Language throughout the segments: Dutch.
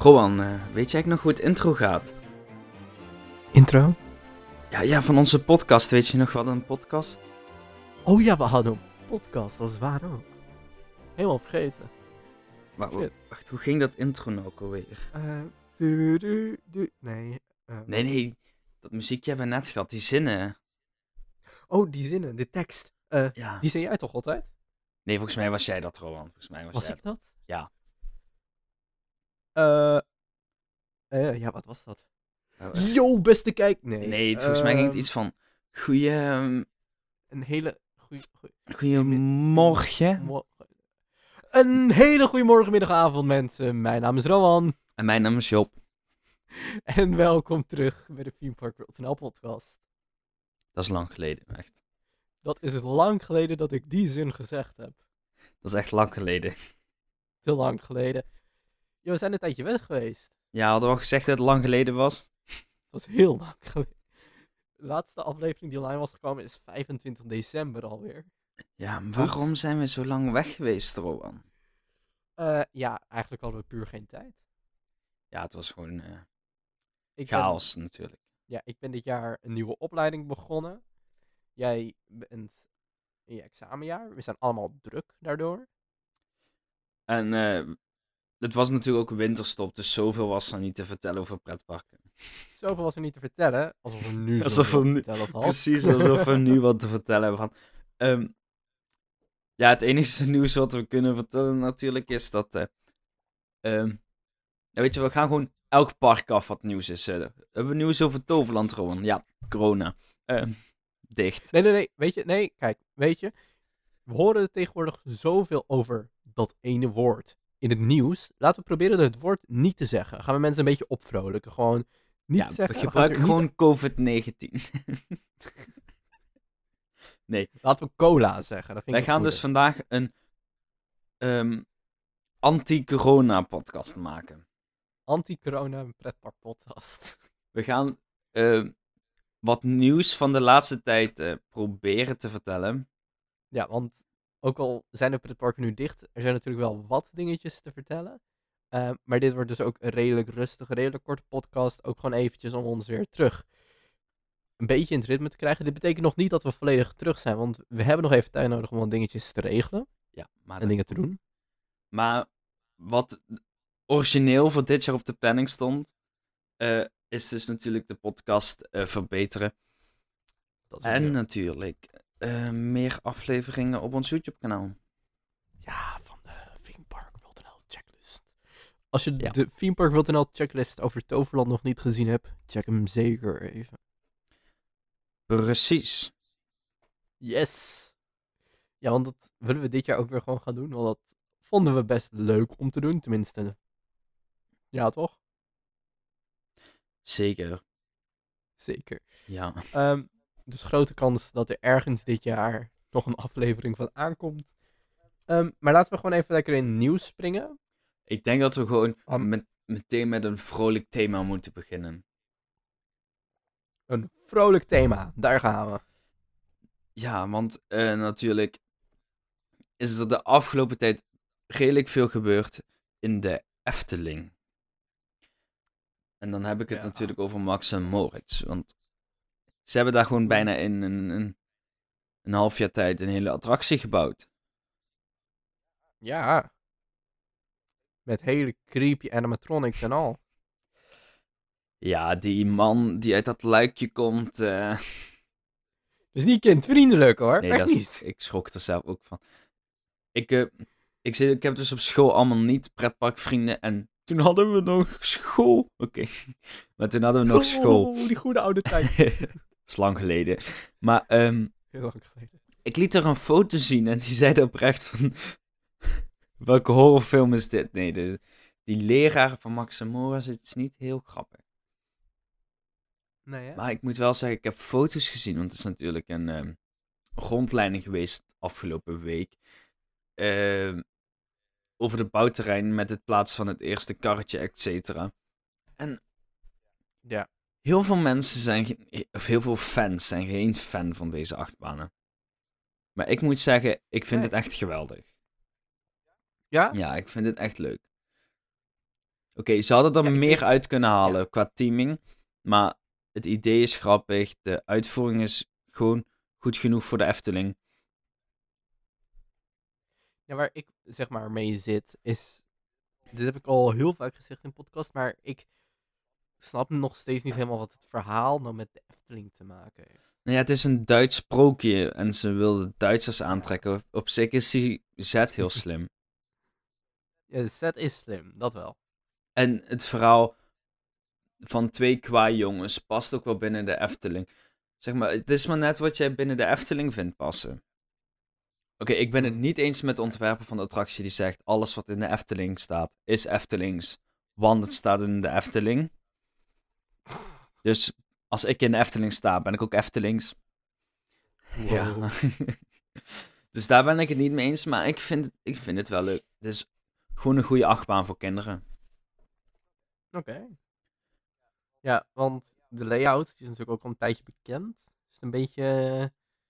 Rowan, weet jij nog hoe het intro gaat? Intro? Ja, van onze podcast. Weet je nog wat een podcast? Oh ja, we hadden een podcast, dat is waar ook. Helemaal vergeten. Shit. Wacht, hoe ging dat intro nou ook alweer? Nee. Nee, dat muziekje hebben we net gehad, die zinnen. Oh, die zinnen, de tekst. Ja. Die zing jij toch altijd? Nee, volgens mij was jij dat, Rowan. Volgens mij Was jij ik dat? Ja. Ja, wat was dat? Oh, Yo, beste kijk. nee, volgens mij ging het iets van... Een hele Goeiemorgen. Een hele goede morgen, middag, avond, mensen. Mijn naam is Rowan. En mijn naam is Job. En welkom terug bij de Theme Park World NL podcast. Dat is lang geleden, echt. Dat is lang geleden dat ik die zin gezegd heb. Dat is echt lang geleden. Te lang geleden. Yo, we zijn een tijdje weg geweest. Ja, hadden we al gezegd dat het lang geleden was? Het was heel lang geleden. De laatste aflevering die online was gekomen is 25 december alweer. Ja, maar waarom zijn we zo lang weg geweest, Rowan? Ja, eigenlijk hadden we puur geen tijd. Ja, het was gewoon Ik chaos natuurlijk. ik ben dit jaar een nieuwe opleiding begonnen. Jij bent in je examenjaar. We zijn allemaal druk daardoor. En het was natuurlijk ook winterstop, dus zoveel was er niet te vertellen over pretparken. Zoveel was er niet te vertellen. Alsof we nu Alsof zoveel we te vertellen hadden. Precies, alsof we nu wat te vertellen hebben. Ja, het enige nieuws wat we kunnen vertellen natuurlijk is dat... weet je, we gaan gewoon elk park af wat nieuws is. Hebben we nieuws over Toverland, Rowan? Ja, corona. Dicht. Nee. Weet je. We horen er tegenwoordig zoveel over dat ene woord in het nieuws. Laten we proberen het woord niet te zeggen. Gaan we mensen een beetje opvrolijken. Gewoon niet Ja, zeggen. we gebruiken gewoon COVID-19. Nee. Laten we cola zeggen. Dat vind Wij ik gaan dus vandaag een anti-corona podcast maken. Anti-corona pretpark podcast. We gaan wat nieuws van de laatste tijd proberen te vertellen. Ja, want ook al zijn de pretparken nu dicht, er zijn natuurlijk wel wat dingetjes te vertellen. Maar dit wordt dus ook een redelijk rustige, redelijk korte podcast. Ook gewoon eventjes om ons weer terug een beetje in het ritme te krijgen. Dit betekent nog niet dat we volledig terug zijn, want we hebben nog even tijd nodig om wat dingetjes te regelen. Ja, maar En dingen te doen. Maar wat origineel voor dit jaar op de planning stond, is dus natuurlijk de podcast verbeteren. Dat is En natuurlijk meer afleveringen op ons YouTube-kanaal. Ja, van de Theme Park World NL checklist. Als je de Theme Park World NL checklist over Toverland nog niet gezien hebt, check hem zeker even. Precies. Yes! Ja, want dat willen we dit jaar ook weer gewoon gaan doen, want dat vonden we best leuk om te doen, tenminste. Ja, toch? Zeker. Zeker. Ja. Dus grote kans dat er ergens dit jaar nog een aflevering van aankomt. Maar laten we gewoon even lekker in het nieuws springen. Ik denk dat we gewoon meteen met een vrolijk thema moeten beginnen. Een vrolijk thema, daar gaan we. Ja, want natuurlijk is er de afgelopen tijd redelijk veel gebeurd in de Efteling. En dan heb ik het natuurlijk over Max en Moritz. Want ze hebben daar gewoon bijna in een half jaar tijd een hele attractie gebouwd. Ja. Met hele creepy animatronics en al. Ja, die man die uit dat luikje komt... Dus niet kindvriendelijk hoor. Nee, echt niet. Ik schrok er zelf ook van. Ik heb dus op school allemaal niet pretparkvrienden en toen hadden we nog school. Oké. Maar toen hadden we nog school. Oh, die goede oude tijd. Dat is lang geleden. Maar heel lang geleden. Ik liet er een foto zien en die zei oprecht van... Welke horrorfilm is dit? Nee, die leraar van Max en Moritz, het is niet heel grappig. Nee, hè? Maar ik moet wel zeggen, ik heb foto's gezien, want het is natuurlijk een rondleiding geweest afgelopen week. Over de bouwterrein met het plaatsen van het eerste karretje, et cetera. En ja. heel veel mensen heel veel fans zijn geen fan van deze achtbanen. Maar ik moet zeggen, ik vind het echt geweldig. Ja? Ja, ik vind het echt leuk. Oké, ze hadden er Ja, meer uit kunnen halen qua teaming. Maar het idee is grappig. De uitvoering is gewoon goed genoeg voor de Efteling. Ja, waar ik zeg maar mee zit, is... Dit heb ik al heel vaak gezegd in podcast, maar ik snap nog steeds niet helemaal wat het verhaal nou met de Efteling te maken heeft. Nou ja, het is een Duits sprookje en ze wilden Duitsers aantrekken. Op zich is die zet heel slim. Ja, de set is slim, dat wel. En het verhaal van 2 kwajongens past ook wel binnen de Efteling. Zeg maar, het is maar net wat jij binnen de Efteling vindt passen. Oké, ik ben het niet eens met de ontwerper van de attractie die zegt... alles wat in de Efteling staat, is Eftelings. Want het staat in de Efteling. Dus als ik in de Efteling sta, ben ik ook Eftelings. Wow. Ja. Dus daar ben ik het niet mee eens, maar ik vind het wel leuk. Het is gewoon een goede achtbaan voor kinderen. Oké. Ja, want de layout die is natuurlijk ook al een tijdje bekend. Is het een beetje...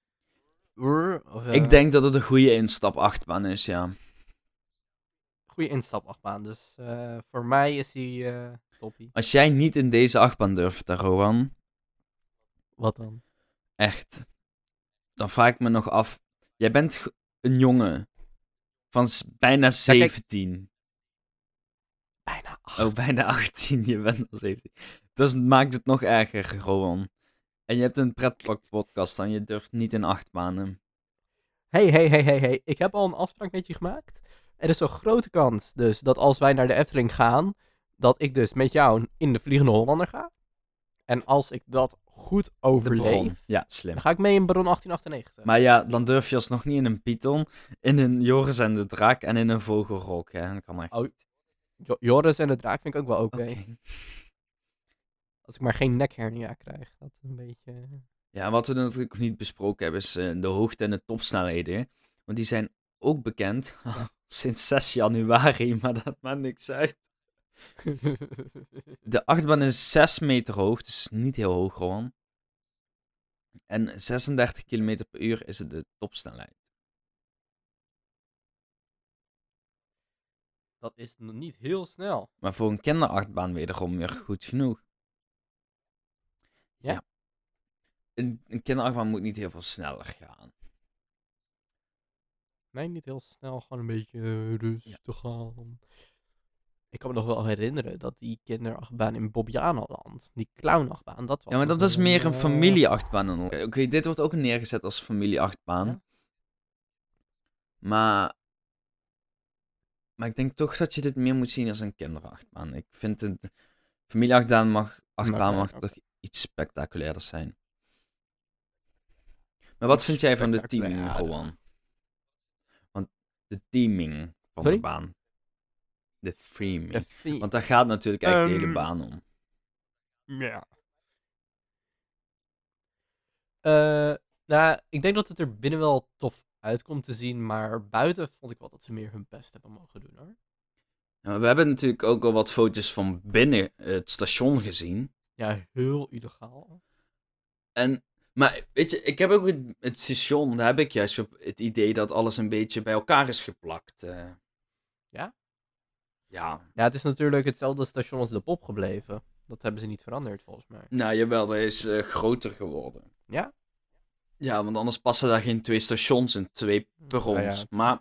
Ik denk dat het een goede instap-achtbaan is, ja. Goede instapachtbaan, dus voor mij is die toppie. Als jij niet in deze achtbaan durft, Rowan, Wat dan? echt, dan vraag ik me nog af. Jij bent een jongen van bijna 17. Bijna 8. Oh, bijna 18. Je bent al 17. Dus het maakt het nog erger, Rowan. En je hebt een pretparkpodcast en je durft niet in achtbanen. Hey. Ik heb al een afspraak met je gemaakt. Er is een grote kans dus dat als wij naar de Efteling gaan, dat ik dus met jou in de Vliegende Hollander ga. En als ik dat goed overleef, Ja, slim. dan ga ik mee in Baron 1898. Maar ja, dan durf je alsnog niet in een Python, in een Joris en de Draak en in een Vogelrok. Hè? Dat kan echt. Oh, Joris en de Draak vind ik ook wel oké. Oké. Als ik maar geen nekhernia krijg. Dat is een beetje... Ja, wat we natuurlijk nog niet besproken hebben is de hoogte en de topsnelheden. Want die zijn ook bekend sinds 6 januari, maar dat maakt niks uit. De achtbaan is 6 meter hoog, dus niet heel hoog gewoon. En 36 km per uur is het de topsnelheid. Dat is nog niet heel snel. Maar voor een kinderachtbaan wederom weer goed genoeg. Ja? Een kinderachtbaan moet niet heel veel sneller gaan. Nee, niet heel snel. Gewoon een beetje rustig gaan. Ik kan me nog wel herinneren dat die kinderachtbaan in Bobbejaanland, die clownachtbaan, dat was... Ja, maar nog dat is wel meer een familieachtbaan. Oké, dit wordt ook neergezet als familieachtbaan. Ja? Maar ik denk toch dat je dit meer moet zien als een kinderachtbaan. Ik vind het... Familieachtbaan mag toch iets spectaculairder zijn. Maar wat vind jij van de teaming, Rowan? Want de teaming van de baan. De framing. Want daar gaat natuurlijk eigenlijk de hele baan om. Ja. Nou, ik denk dat het er binnen wel tof uitkomt te zien, maar buiten vond ik wel dat ze meer hun best hebben mogen doen, hoor. Ja, we hebben natuurlijk ook al wat foto's van binnen het station gezien. Ja, heel illegaal. Maar weet je, ik heb ook het station, daar heb ik juist het idee dat alles een beetje bij elkaar is geplakt. Ja? Ja. Ja, het is natuurlijk hetzelfde station als de Pop gebleven. Dat hebben ze niet veranderd, volgens mij. Nou, jawel, hij is groter geworden. Ja? Ja, want anders passen daar geen 2 stations en 2 perrons. Ja. Maar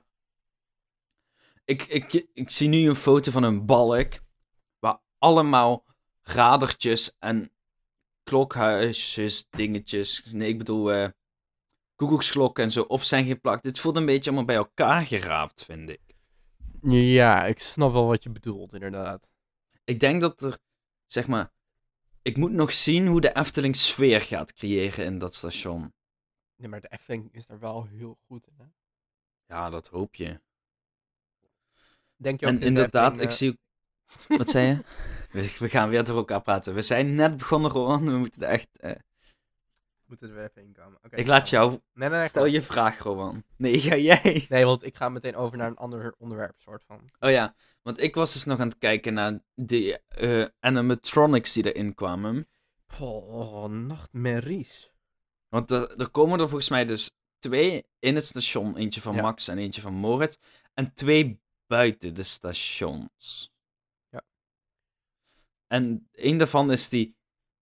ik zie nu een foto van een balk waar allemaal radertjes en klokhuisjes, dingetjes, nee, ik bedoel koekoeksklokken en zo op zijn geplakt. Dit voelt een beetje allemaal bij elkaar geraapt, vind ik. Ja, ik snap wel wat je bedoelt, inderdaad. Ik denk dat er, zeg maar, ik moet nog zien hoe de Efteling sfeer gaat creëren in dat station. Nee, maar de Efteling is er wel heel goed in, hè? Ja, dat hoop je. Denk je ook En inderdaad, ik zie... Wat zei je? We gaan weer door elkaar praten. We zijn net begonnen, Rowan. We moeten er echt... Moeten er weer even in komen. Okay, ik laat jou... Nee, stel je vraag, Rowan. Nee, ga jij. Nee, want ik ga meteen over naar een ander onderwerp, soort van. Oh ja, want ik was dus nog aan het kijken naar de animatronics die erin kwamen. Oh, nachtmerries. Want er komen er volgens mij dus 2 in het station. Eentje van Max en eentje van Moritz. En 2 buiten de stations. Ja. En een daarvan is die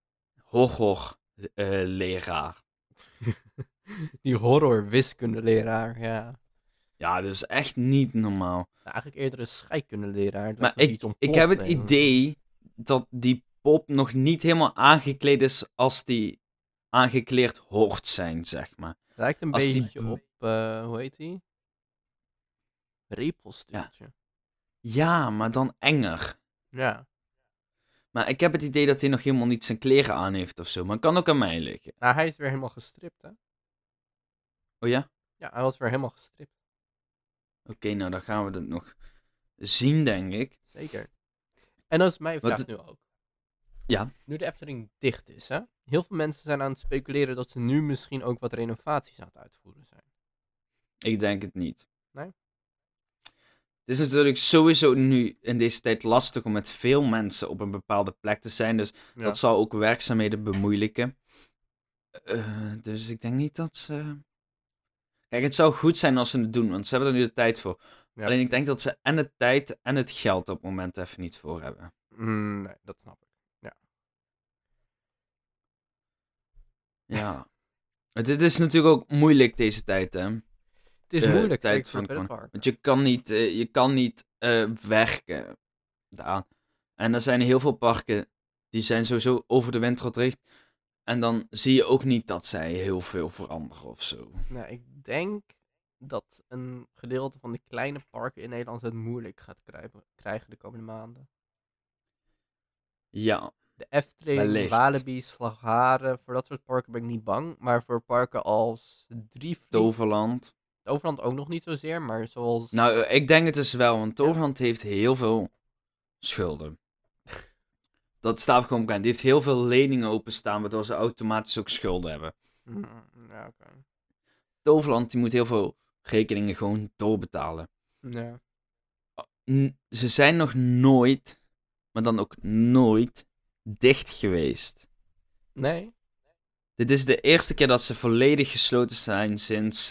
horrorleraar. Die horror wiskundeleraar, ja. Ja, dus echt niet normaal. Nou, eigenlijk eerder een scheikundeleraar. Het Maar lijkt alsof hij iets ik heb het ontploft en- idee dat die pop nog niet helemaal aangekleed is als die aangekleed hoort zijn, zeg maar. Het lijkt een Als die beetje op, hoe heet die? Repelsteeltje. Ja, maar dan enger. Ja. Maar ik heb het idee dat hij nog helemaal niet zijn kleren aan heeft of zo. Maar het kan ook aan mij liggen. Nou, hij is weer helemaal gestript, hè? Oh ja? Ja, hij was weer helemaal gestript. Oké, nou dan gaan we dat nog zien, denk ik. Zeker. En dat is mijn Wat vraag de- nu ook. Ja. Nu de Efteling dicht is, hè? Heel veel mensen zijn aan het speculeren dat ze nu misschien ook wat renovaties aan het uitvoeren zijn. Ik denk het niet. Nee? Het is natuurlijk sowieso nu in deze tijd lastig om met veel mensen op een bepaalde plek te zijn. Dus Ja. dat zal ook werkzaamheden bemoeilijken. Dus ik denk niet dat ze... Kijk, het zou goed zijn als ze het doen, want ze hebben er nu de tijd voor. Ja. Alleen ik denk dat ze en de tijd en het geld op het moment even niet voor hebben. Nee, dat snap ik. Ja. Het is natuurlijk ook moeilijk deze tijd, hè. Het is moeilijk, tijd zeker voor van pretparken. Want je kan niet werken daaraan. En er zijn heel veel parken die zijn sowieso over de winter al dicht. En dan zie je ook niet dat zij heel veel veranderen of zo. Nou, ik denk dat een gedeelte van de kleine parken in Nederland het moeilijk gaat krijgen de komende maanden. Ja, De Efteling, wellicht. Walibi, Slagharen, voor dat soort parken ben ik niet bang. Maar voor parken als Drievliet, Toverland. Overland ook nog niet zozeer, maar zoals... Nou, ik denk het dus wel, want Toverland heeft heel veel schulden. Dat staat gewoon bekend. Die heeft heel veel leningen openstaan, waardoor ze automatisch ook schulden hebben. Ja, oké. Toverland die moet heel veel rekeningen gewoon doorbetalen. Ja. Ze zijn nog nooit, maar dan ook nooit, dicht geweest. Nee? Dit is de eerste keer dat ze volledig gesloten zijn sinds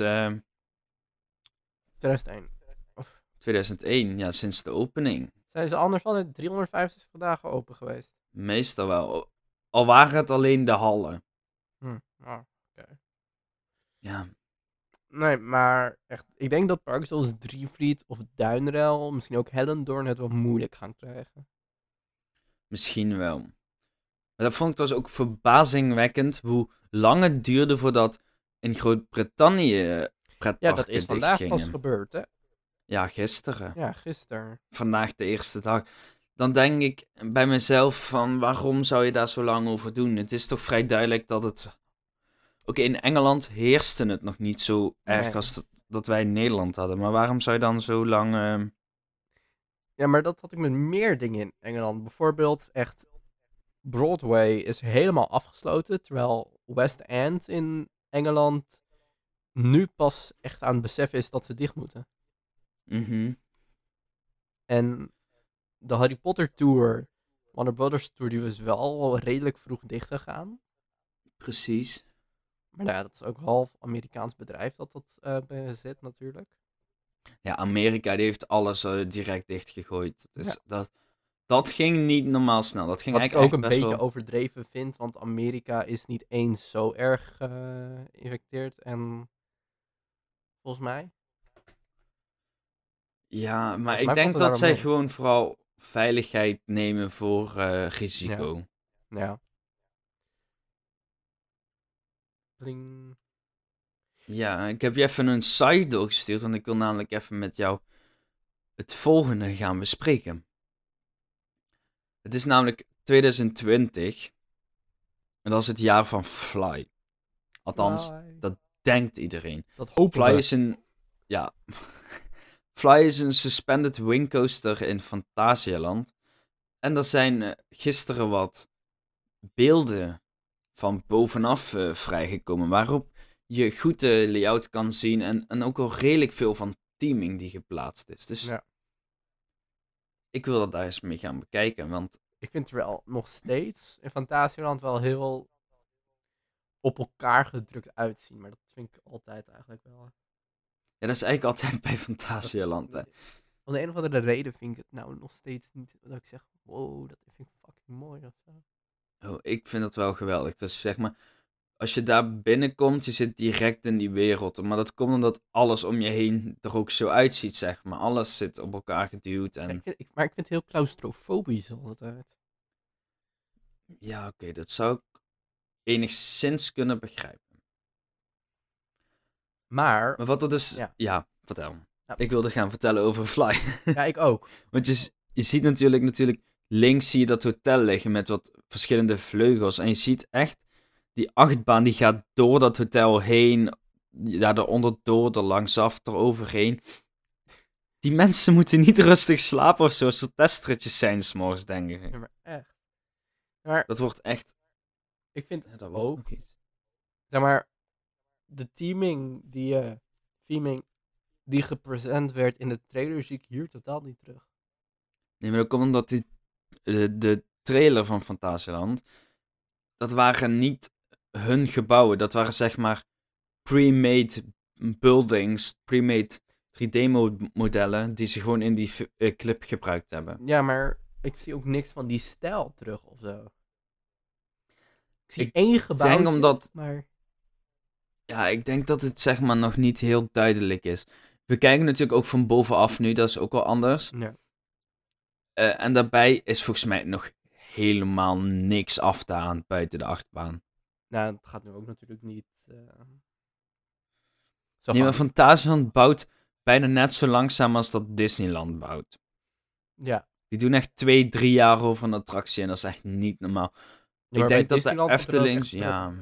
2001. 2001. Ja, sinds de opening. Zijn ze anders altijd 365 dagen open geweest? Meestal wel. Al waren het alleen de hallen. Oké. Ja, Nee, maar echt, ik denk dat parken zoals Drievliet of Duinrel, misschien ook Hellendoorn, het wat moeilijk gaan krijgen. misschien wel. Maar dat vond ik trouwens ook verbazingwekkend hoe lang het duurde voordat in Groot-Brittannië pretparken Ja, dat is vandaag pas dichtgingen. gebeurd, hè? Ja, gisteren. Ja, gisteren. Vandaag de eerste dag. Dan denk ik bij mezelf van waarom zou je daar zo lang over doen? Het is toch vrij duidelijk dat het... Oké, in Engeland heerste het nog niet zo erg Nee. als dat wij in Nederland hadden. Maar waarom zou je dan zo lang... Ja, maar dat had ik met meer dingen in Engeland. Bijvoorbeeld echt Broadway is helemaal afgesloten, terwijl West End in Engeland nu pas echt aan het beseffen is dat ze dicht moeten. mhm. En de Harry Potter Tour, Warner Brothers Tour, die was wel redelijk vroeg dicht gegaan. Precies. Maar nou ja, dat is ook half Amerikaans bedrijf dat bezit natuurlijk. Ja, Amerika die heeft alles direct dichtgegooid. Dus Ja. dat ging niet normaal snel. Dat ging Wat ik eigenlijk ook een echt best beetje wel... overdreven vind, want Amerika is niet eens zo erg geïnfecteerd. En volgens mij. Ja, maar Volgens ik mij denk valt het dat daar zij wel mee. gewoon vooral veiligheid nemen voor risico. Ja. Bling. Ja, ik heb je even een site doorgestuurd, want ik wil namelijk even met jou het volgende gaan bespreken. Het is namelijk 2020 en dat is het jaar van Fly. Althans, Fly. dat denkt iedereen. Dat hopen Fly we. is een... Ja. Fly is een suspended wing coaster in Fantasialand. En er zijn gisteren wat beelden van bovenaf vrijgekomen, waarop je goed de layout kan zien en ook al redelijk veel van teaming die geplaatst is. Dus Ja. ik wil dat daar eens mee gaan bekijken, want Ik vind het wel nog steeds in Fantasieland wel heel op elkaar gedrukt uitzien. Maar dat vind ik altijd eigenlijk wel. ja, dat is eigenlijk altijd bij Fantasialand. Hè. Om de een of andere reden vind ik het nou nog steeds niet. Dat ik zeg, wow, dat vind ik fucking mooi of zo. Oh, ik vind dat wel geweldig. Dus zeg maar, als je daar binnenkomt, je zit direct in die wereld. Maar dat komt omdat alles om je heen er ook zo uitziet, zeg maar. Alles zit op elkaar geduwd en... Maar ik vind het heel claustrofobisch altijd. Ja, oké, dat zou ik enigszins kunnen begrijpen. Maar wat er dus... Ja. Ja, vertel. Ja. Ik wilde gaan vertellen over Fly. ja, ik ook. Want je ziet natuurlijk... Links zie je dat hotel liggen met wat verschillende vleugels. En je ziet echt... Die achtbaan die gaat door dat hotel heen. Daar eronder door, er langsaf, eroverheen. Die mensen moeten niet rustig slapen of zo. Als er testritjes zijn 's morgens, denk ik. Ja, maar echt. Maar Dat wordt echt... ik vind Ja, dat wordt ook, nog iets. zeg maar, de theming die gepresent werd in de trailer zie ik hier totaal niet terug. Nee, maar dat komt omdat de trailer van Fantasieland... Dat waren niet hun gebouwen. Dat waren zeg maar pre-made buildings, pre-made 3D-modellen... die ze gewoon in die clip gebruikt hebben. Ja, maar ik zie ook niks van die stijl terug of zo. Ik zie Ik één gebouw. denk omdat... Maar... Ja, ik denk dat het zeg maar nog niet heel duidelijk is. We kijken natuurlijk ook van bovenaf nu, dat is ook wel anders. Ja. En daarbij is volgens mij nog helemaal niks af te aan buiten de achtbaan. Nou, het gaat nu ook natuurlijk niet... Nee, maar Fantasieland bouwt bijna net zo langzaam als dat Disneyland bouwt. Ja. Die doen echt 2-3 jaar over een attractie en dat is echt niet normaal. Ja, Ik denk dat de Disneyland moet er ook Efteling... echt Ja,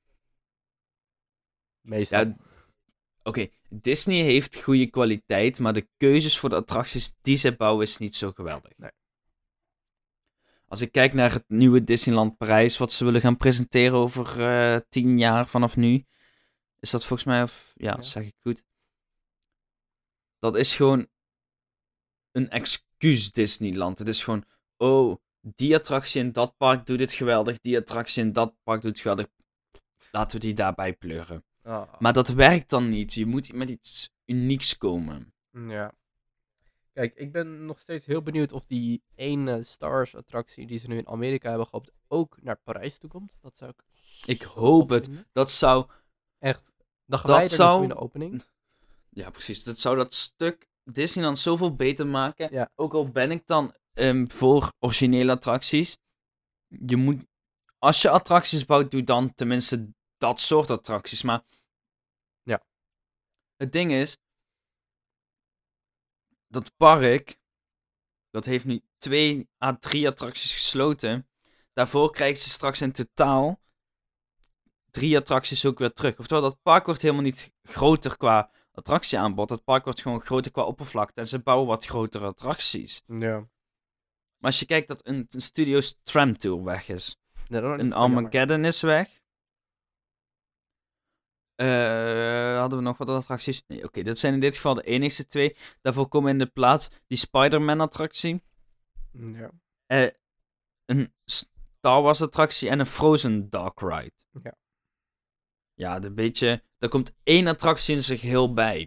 meestal. ja oké, Disney heeft goede kwaliteit, maar de keuzes voor de attracties die zij bouwen is niet zo geweldig. Nee. Als ik kijk naar het nieuwe Disneyland Parijs, wat ze willen gaan presenteren over 10 jaar vanaf nu, is dat volgens mij, Ja. zeg ik goed. Dat is gewoon een excuus Disneyland. Het is gewoon, oh, die attractie in dat park doet het geweldig, die attractie in dat park doet het geweldig. Laten we die daarbij pleuren. Oh. Maar dat werkt dan niet. Je moet met iets unieks komen. Ja. Kijk, ik ben nog steeds heel benieuwd of die ene Stars attractie die ze nu in Amerika hebben gehoopt ook naar Parijs toe komt. Dat zou Ik zo hoop tof het. vinden. Dat zou... Echt. Dan gaan Dat wij er zou- naartoe in de opening. Ja, precies. Dat zou dat stuk Disneyland zoveel beter maken. Ja. Ook al ben ik dan voor originele attracties. Je moet... Als je attracties bouwt, doe dan tenminste dat soort attracties. Maar... Ja. Het ding is... Dat park... Dat heeft nu 2 à 3 attracties gesloten. Daarvoor krijgen ze straks in totaal 3 attracties ook weer terug. Oftewel, dat park wordt helemaal niet groter qua attractieaanbod. Dat park wordt gewoon groter qua oppervlakte. En ze bouwen wat grotere attracties. Ja. Maar als je kijkt dat een Studios Tram Tour weg is. Ja, dan is Een het wel jammer. Armageddon is weg. Hadden we nog wat attracties? Nee, oké, dat zijn in dit geval de enigste 2. Daarvoor komen in de plaats die Spider-Man attractie. Ja. Een Star Wars attractie en een Frozen Dark Ride. Ja. Ja, een beetje... Daar komt 1 attractie in zijn geheel bij.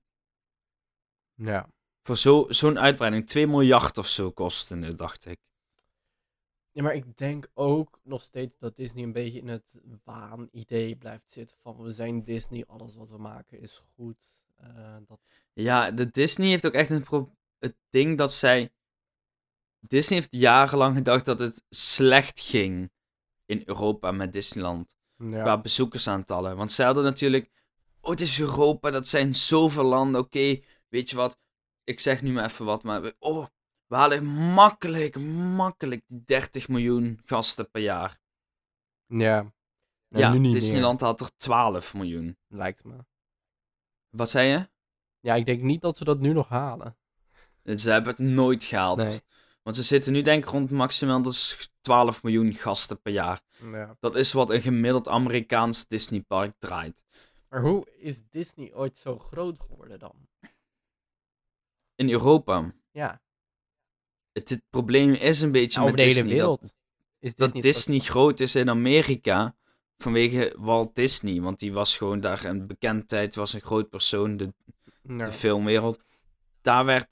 Ja. Voor zo'n uitbreiding. 2 miljard of zo kosten, dacht ik. Ja, maar ik denk ook nog steeds dat Disney een beetje in het waanidee blijft zitten van we zijn Disney, alles wat we maken is goed. Ja, de Disney heeft ook echt het ding dat zij... Disney heeft jarenlang gedacht dat het slecht ging in Europa met Disneyland. Ja. Qua bezoekersaantallen. Want zij hadden natuurlijk... Oh, het is Europa, dat zijn zoveel landen. Oké, weet je wat? Ik zeg nu maar even wat, maar... We halen makkelijk 30 miljoen gasten per jaar. Ja. Ja, nu niet Disneyland had er 12 miljoen. meer, lijkt me. Wat zei je? Ja, ik denk niet dat ze dat nu nog halen. Ze hebben het nooit gehaald. Nee. Want ze zitten nu denk ik rond maximaal dus 12 miljoen gasten per jaar. Ja. Dat is wat een gemiddeld Amerikaans Disneypark draait. Maar hoe is Disney ooit zo groot geworden dan? In Europa. Ja. Het probleem is een beetje Over met de hele Disney wereld. Is dat Disney groot is in Amerika vanwege Walt Disney. Want die was gewoon daar een bekendheid, was een groot persoon, de filmwereld. Daar werd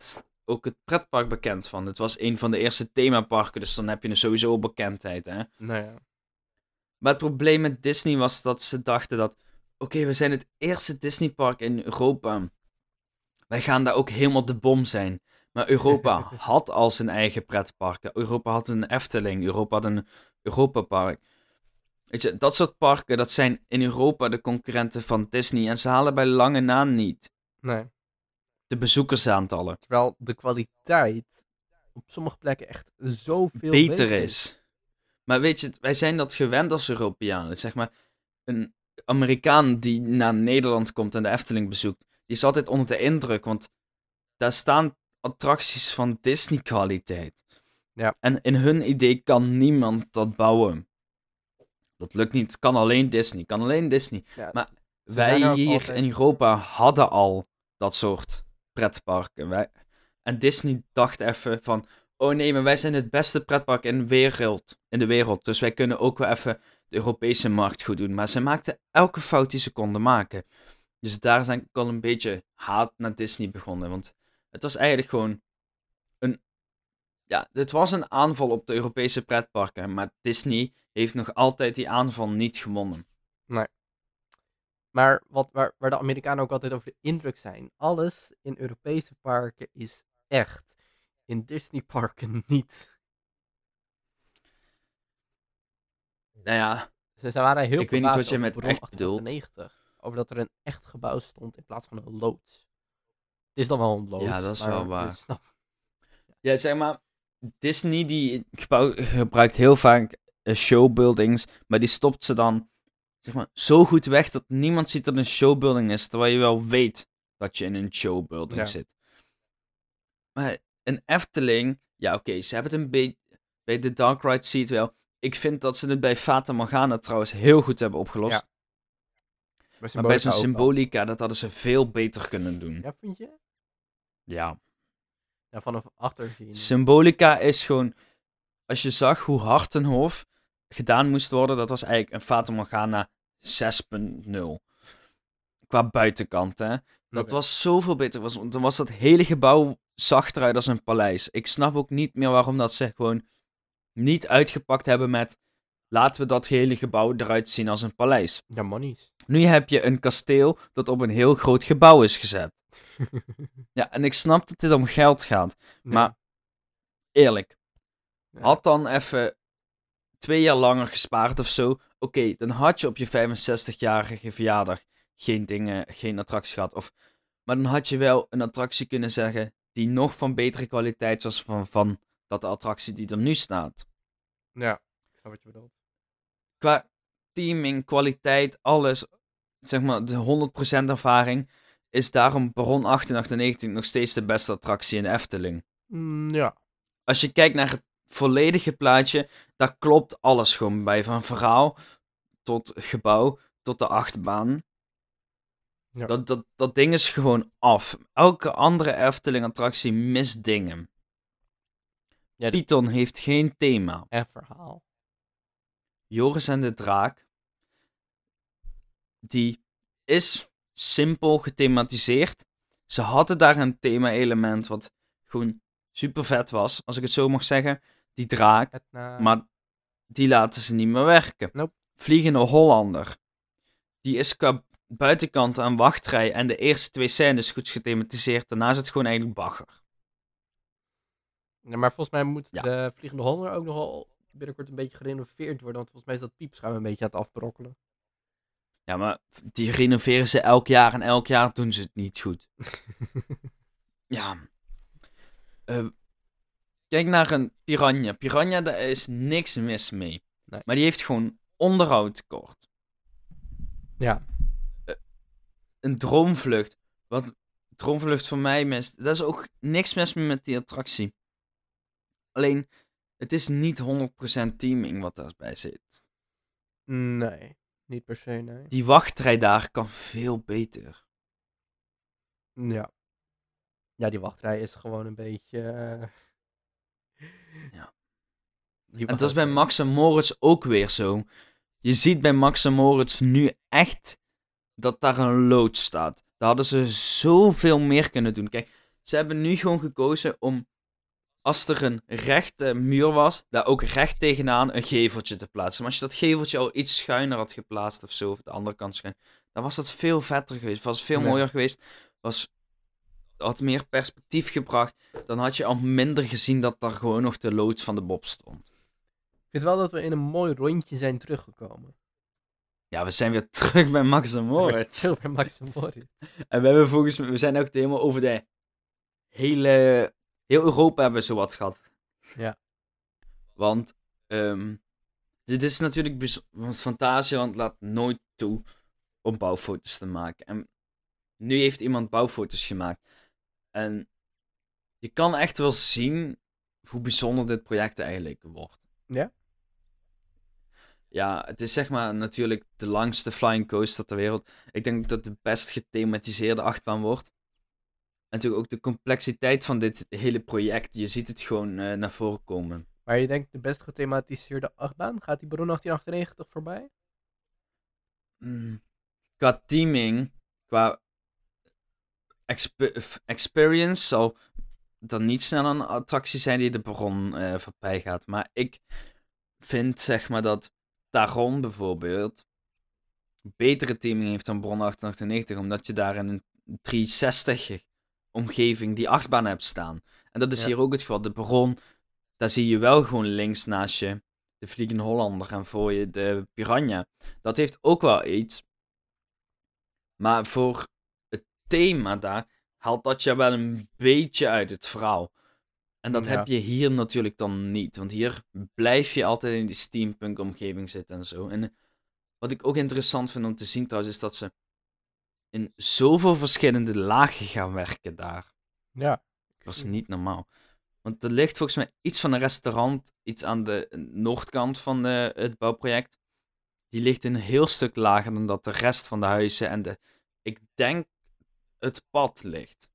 ook het pretpark bekend van. Het was een van de eerste themaparken, dus dan heb je sowieso al bekendheid, hè. Nou ja. Maar het probleem met Disney was dat ze dachten dat... Oké, we zijn het eerste Disneypark in Europa. Wij gaan daar ook helemaal de bom zijn. Maar Europa had al zijn eigen pretparken. Europa had een Efteling. Europa had een Europapark. Weet je, dat soort parken, dat zijn in Europa de concurrenten van Disney. En ze halen bij lange na niet Nee. de bezoekersaantallen. Terwijl de kwaliteit op sommige plekken echt zoveel Beter is. Maar weet je, wij zijn dat gewend als Europeanen. Zeg maar, een Amerikaan die naar Nederland komt en de Efteling bezoekt, die is altijd onder de indruk, want daar staan attracties van Disney-kwaliteit. Ja. En in hun idee kan niemand dat bouwen. Dat lukt niet. Het kan alleen Disney. Kan alleen Disney. Ja, maar ze zijn er wij ook hier altijd- in Europa hadden al dat soort pretparken. En Disney dacht even van... Oh nee, maar wij zijn het beste pretpark in de wereld. Dus wij kunnen ook wel even de Europese markt goed doen. Maar ze maakten elke fout die ze konden maken. Dus daar zijn ik al een beetje haat naar Disney begonnen. Want het was eigenlijk gewoon het was een aanval op de Europese pretparken. Maar Disney heeft nog altijd die aanval niet gewonnen. Maar waar de Amerikanen ook altijd over de indruk zijn. Alles in Europese parken is echt. In Disney-parken niet. Nou ja, Ze waren heel Ik weet niet wat verbaasd je over met Bron echt 98. Over dat er een echt gebouw stond in plaats van een loods. Het is dan wel een loods. Ja, dat is maar wel je waar. snapt- ja, zeg maar, Disney die gebruikt heel vaak showbuildings. Maar die stopt ze dan zeg maar, zo goed weg dat niemand ziet dat het een showbuilding is. Terwijl je wel weet dat je in een showbuilding Ja. zit. Maar een Efteling, ja oké, ze hebben het een beetje... Bij de Dark Ride zie je het wel. Ik vind dat ze het bij Fata Morgana trouwens heel goed hebben opgelost. Ja. Maar bij zo'n ook wel. Symbolica, dat hadden ze veel beter kunnen doen. Ja, vind je? Ja. Ja, vanaf achter zien. Symbolica is gewoon... Als je zag hoe Hartenhof gedaan moest worden, dat was eigenlijk een Fata Morgana 6.0. Qua buitenkant, hè. Dat Oké. was zoveel beter. Want dan was dat hele gebouw zag eruit als een paleis. Ik snap ook niet meer waarom dat ze gewoon niet uitgepakt hebben met... Laten we dat hele gebouw eruit zien als een paleis. Ja, monies. Nu heb je een kasteel dat op een heel groot gebouw is gezet. Ja, en ik snap dat dit om geld gaat. Maar eerlijk, Ja. had dan even 2 jaar langer gespaard of zo. Oké, dan had je op je 65-jarige verjaardag geen attractie gehad. Maar dan had je wel een attractie kunnen zeggen die nog van betere kwaliteit was van dat de attractie die er nu staat. Ja, ik snap wat je bedoelt. Qua teaming, kwaliteit, alles, zeg maar de 100% ervaring, is daarom Baron 1898 nog steeds de beste attractie in de Efteling. Ja. Als je kijkt naar het volledige plaatje, daar klopt alles gewoon bij. Van verhaal tot gebouw, tot de achtbaan. Ja. Dat ding is gewoon af. Elke andere Efteling-attractie mist dingen. Ja, Python heeft geen thema. en verhaal. Joris en de Draak, die is simpel gethematiseerd. Ze hadden daar een thema-element wat gewoon super vet was, als ik het zo mag zeggen. Die draak, Etna. maar die laten ze niet meer werken. Nope. Vliegende Hollander, die is qua buitenkant aan wachtrij en de eerste 2 scènes goed gethematiseerd. Daarna is het gewoon eigenlijk bagger. Ja, maar volgens mij moet Ja. de Vliegende Hollander ook nogal binnenkort een beetje gerenoveerd worden. Want volgens mij is dat piepschuim een beetje aan het afbrokkelen. Ja, maar die renoveren ze elk jaar en elk jaar doen ze het niet goed. Ja. Kijk naar een Piranha. Piranha, daar is niks mis mee. Nee. Maar die heeft gewoon onderhoudtekort. Ja. Een Droomvlucht. Wat Droomvlucht voor mij mist. Dat is ook niks mis mee met die attractie. Alleen, het is niet 100% teaming wat daarbij zit. Nee. Niet per se, nee. Die wachtrij daar kan veel beter. Ja. Ja, die wachtrij is gewoon een beetje... Ja. Die En dat is bij wachtrij- Max en Moritz ook weer zo. Je ziet bij Max en Moritz nu echt dat daar een loods staat. Daar hadden ze zoveel meer kunnen doen. Kijk, Ze hebben nu gewoon gekozen om, als er een rechte muur was, daar ook recht tegenaan een geveltje te plaatsen. Maar als je dat geveltje al iets schuiner had geplaatst of zo, of de andere kant schuin, dan was dat veel vetter geweest. Was veel mooier geweest. Had meer perspectief gebracht. Dan had je al minder gezien dat daar gewoon nog de loods van de Bob stond. Ik vind wel dat we in een mooi rondje zijn teruggekomen. Ja, we zijn weer terug bij Max en Moritz. Terug bij Max en Moritz. En we zijn ook helemaal over de heel Europa hebben we zowat gehad. Ja. Want dit is natuurlijk want Fantasieland laat nooit toe om bouwfoto's te maken. En nu heeft iemand bouwfoto's gemaakt. En je kan echt wel zien hoe bijzonder dit project eigenlijk wordt. Ja? Ja, het is zeg maar natuurlijk de langste flying coaster ter wereld. Ik denk dat het de best gethematiseerde achtbaan wordt. En natuurlijk ook de complexiteit van dit hele project. Je ziet het gewoon naar voren komen. Maar je denkt de best gethematiseerde achtbaan? Gaat die Baron 1898 voorbij? Qua teaming, qua experience zal dan niet snel een attractie zijn die de Baron voorbij gaat. Maar ik vind zeg maar dat Taron bijvoorbeeld betere teaming heeft dan Baron 1898. Omdat je daar in een 360 omgeving die achtbaan hebt staan. En dat is hier ook het geval. De Baron, daar zie je wel gewoon links naast je de Vliegende Hollander en voor je de Piranha. Dat heeft ook wel iets. Maar voor het thema daar haalt dat je wel een beetje uit het verhaal. En dat heb je hier natuurlijk dan niet. Want hier blijf je altijd in die steampunk omgeving zitten en zo. En wat ik ook interessant vind om te zien trouwens, is dat ze in zoveel verschillende lagen gaan werken daar. Ja. Dat is niet normaal. Want er ligt volgens mij iets van een restaurant, iets aan de noordkant van het bouwproject. Die ligt een heel stuk lager dan dat de rest van de huizen en ik denk, het pad ligt.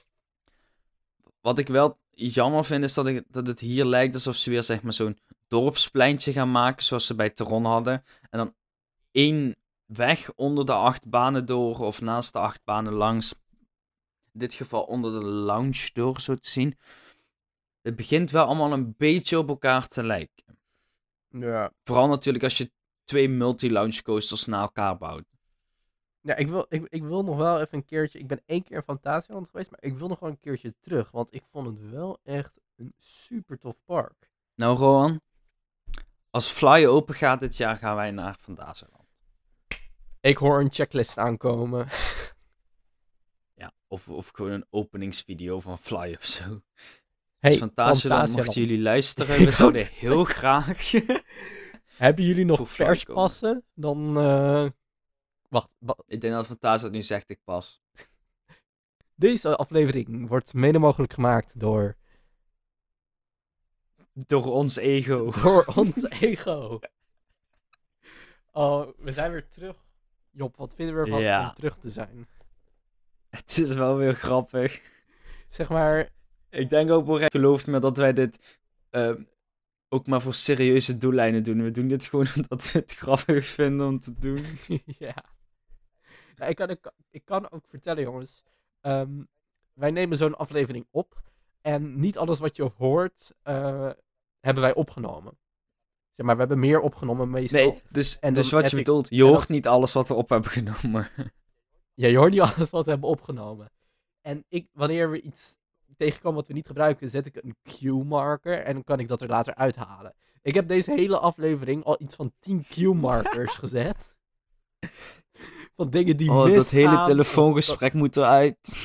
Wat ik wel jammer vind, is dat het hier lijkt alsof ze weer zeg maar zo'n dorpspleintje gaan maken, zoals ze bij Tron hadden. En dan 1 weg onder de 8 banen door, of naast de 8 banen langs. In dit geval onder de lounge door, zo te zien. Het begint wel allemaal een beetje op elkaar te lijken. Ja. Vooral natuurlijk als je 2 multi-lounge coasters na elkaar bouwt. Ja, ik wil nog wel even een keertje... Ik ben 1 keer in Fantasieland geweest, maar ik wil nog wel een keertje terug. Want ik vond het wel echt een super tof park. Nou, Rowan. Als Fly open gaat dit jaar, gaan wij naar Fantasieland. Ik hoor een checklist aankomen. Ja, of gewoon een openingsvideo van Fly of zo. Hey, dus Fantasieland, mochten jullie luisteren, we zouden heel graag... Hebben jullie nog perspassen? Dan... Wacht. Ik denk dat Fantasieland nu zegt, ik pas. Deze aflevering wordt mede mogelijk gemaakt door... Door ons ego. Door ons ego. Oh, we zijn weer terug. Job, wat vinden we ervan om terug te zijn? Het is wel weer grappig. Zeg maar... Ik denk ook wel gelooft me dat wij dit ook maar voor serieuze doeleinden doen. We doen dit gewoon omdat we het grappig vinden om te doen. Ja. Nou, ik kan ook vertellen, jongens. Wij nemen zo'n aflevering op. En niet alles wat je hoort, hebben wij opgenomen. Zeg maar, we hebben meer opgenomen meestal. Nee, dus wat je bedoelt, je hoort niet alles wat we op hebben genomen. Ja, je hoort niet alles wat we hebben opgenomen. En wanneer we iets tegenkomen wat we niet gebruiken, zet ik een Q-marker en dan kan ik dat er later uithalen. Ik heb deze hele aflevering al iets van 10 Q-markers gezet. Van dingen die misgaan. Dat hele telefoongesprek moet eruit.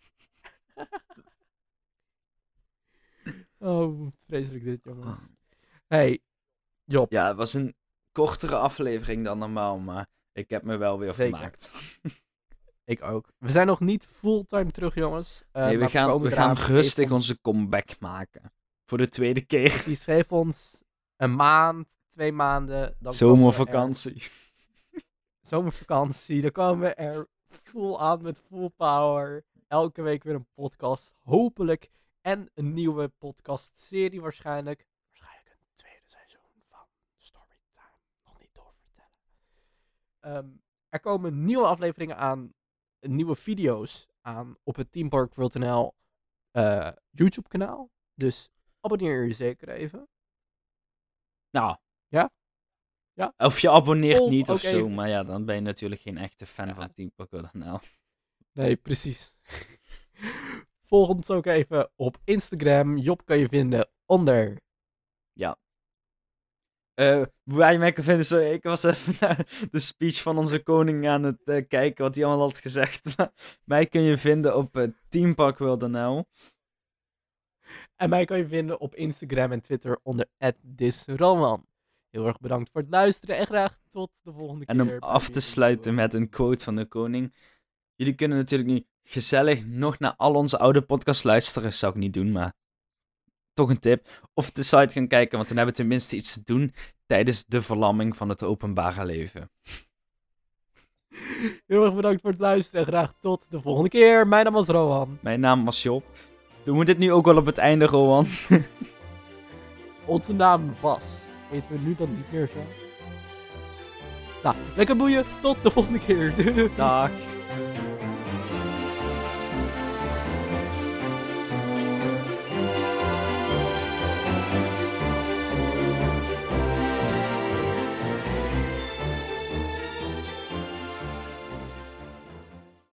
Oh, vreselijk dit, jongens. Hey, Job. Ja, het was een kortere aflevering dan normaal, maar ik heb me wel weer vermaakt. Ik ook. We zijn nog niet fulltime terug, jongens. Nee, we gaan rustig onze comeback maken. Voor de tweede keer. Precies, geef ons een maand, 2 maanden. Dan zomervakantie. Zomervakantie. Dan komen we er full aan met full power. Elke week weer een podcast. Hopelijk. En een nieuwe podcast-serie waarschijnlijk. Waarschijnlijk een tweede seizoen van Storytime. Nog niet doorvertellen. Er komen nieuwe afleveringen aan. Nieuwe video's aan op het teamparkworld.nl YouTube kanaal. Dus abonneer je zeker even. Nou. Ja? Ja? Of je abonneert Volg niet ook of zo, even. maar ja, dan ben je natuurlijk geen echte fan Ja. van Team Parkour.nl. Nee, precies. Volg ons ook even op Instagram. Job kan je vinden onder... Ja. Waar je mij kan vinden, sorry, ik was even naar de speech van onze koning aan het kijken, wat hij allemaal had gezegd. Mij kun je vinden op teamparkour.nl. En mij kan je vinden op Instagram en Twitter onder @disroman. Heel erg bedankt voor het luisteren en graag tot de volgende keer. En om bij af weer te een sluiten nieuwe- met een quote van de koning. Jullie kunnen natuurlijk nu gezellig nog naar al onze oude podcasts luisteren. Zou ik niet doen, maar toch een tip. Of de site gaan kijken, want dan hebben we tenminste iets te doen tijdens de verlamming van het openbare leven. Heel erg bedankt voor het luisteren en graag tot de volgende keer. Mijn naam was Rohan. Mijn naam was Job. Doen we dit nu ook wel op het einde, Rowan? Onze naam was. Weten we nu dan niet meer zo? Nou, lekker boeien. Tot de volgende keer. Dag.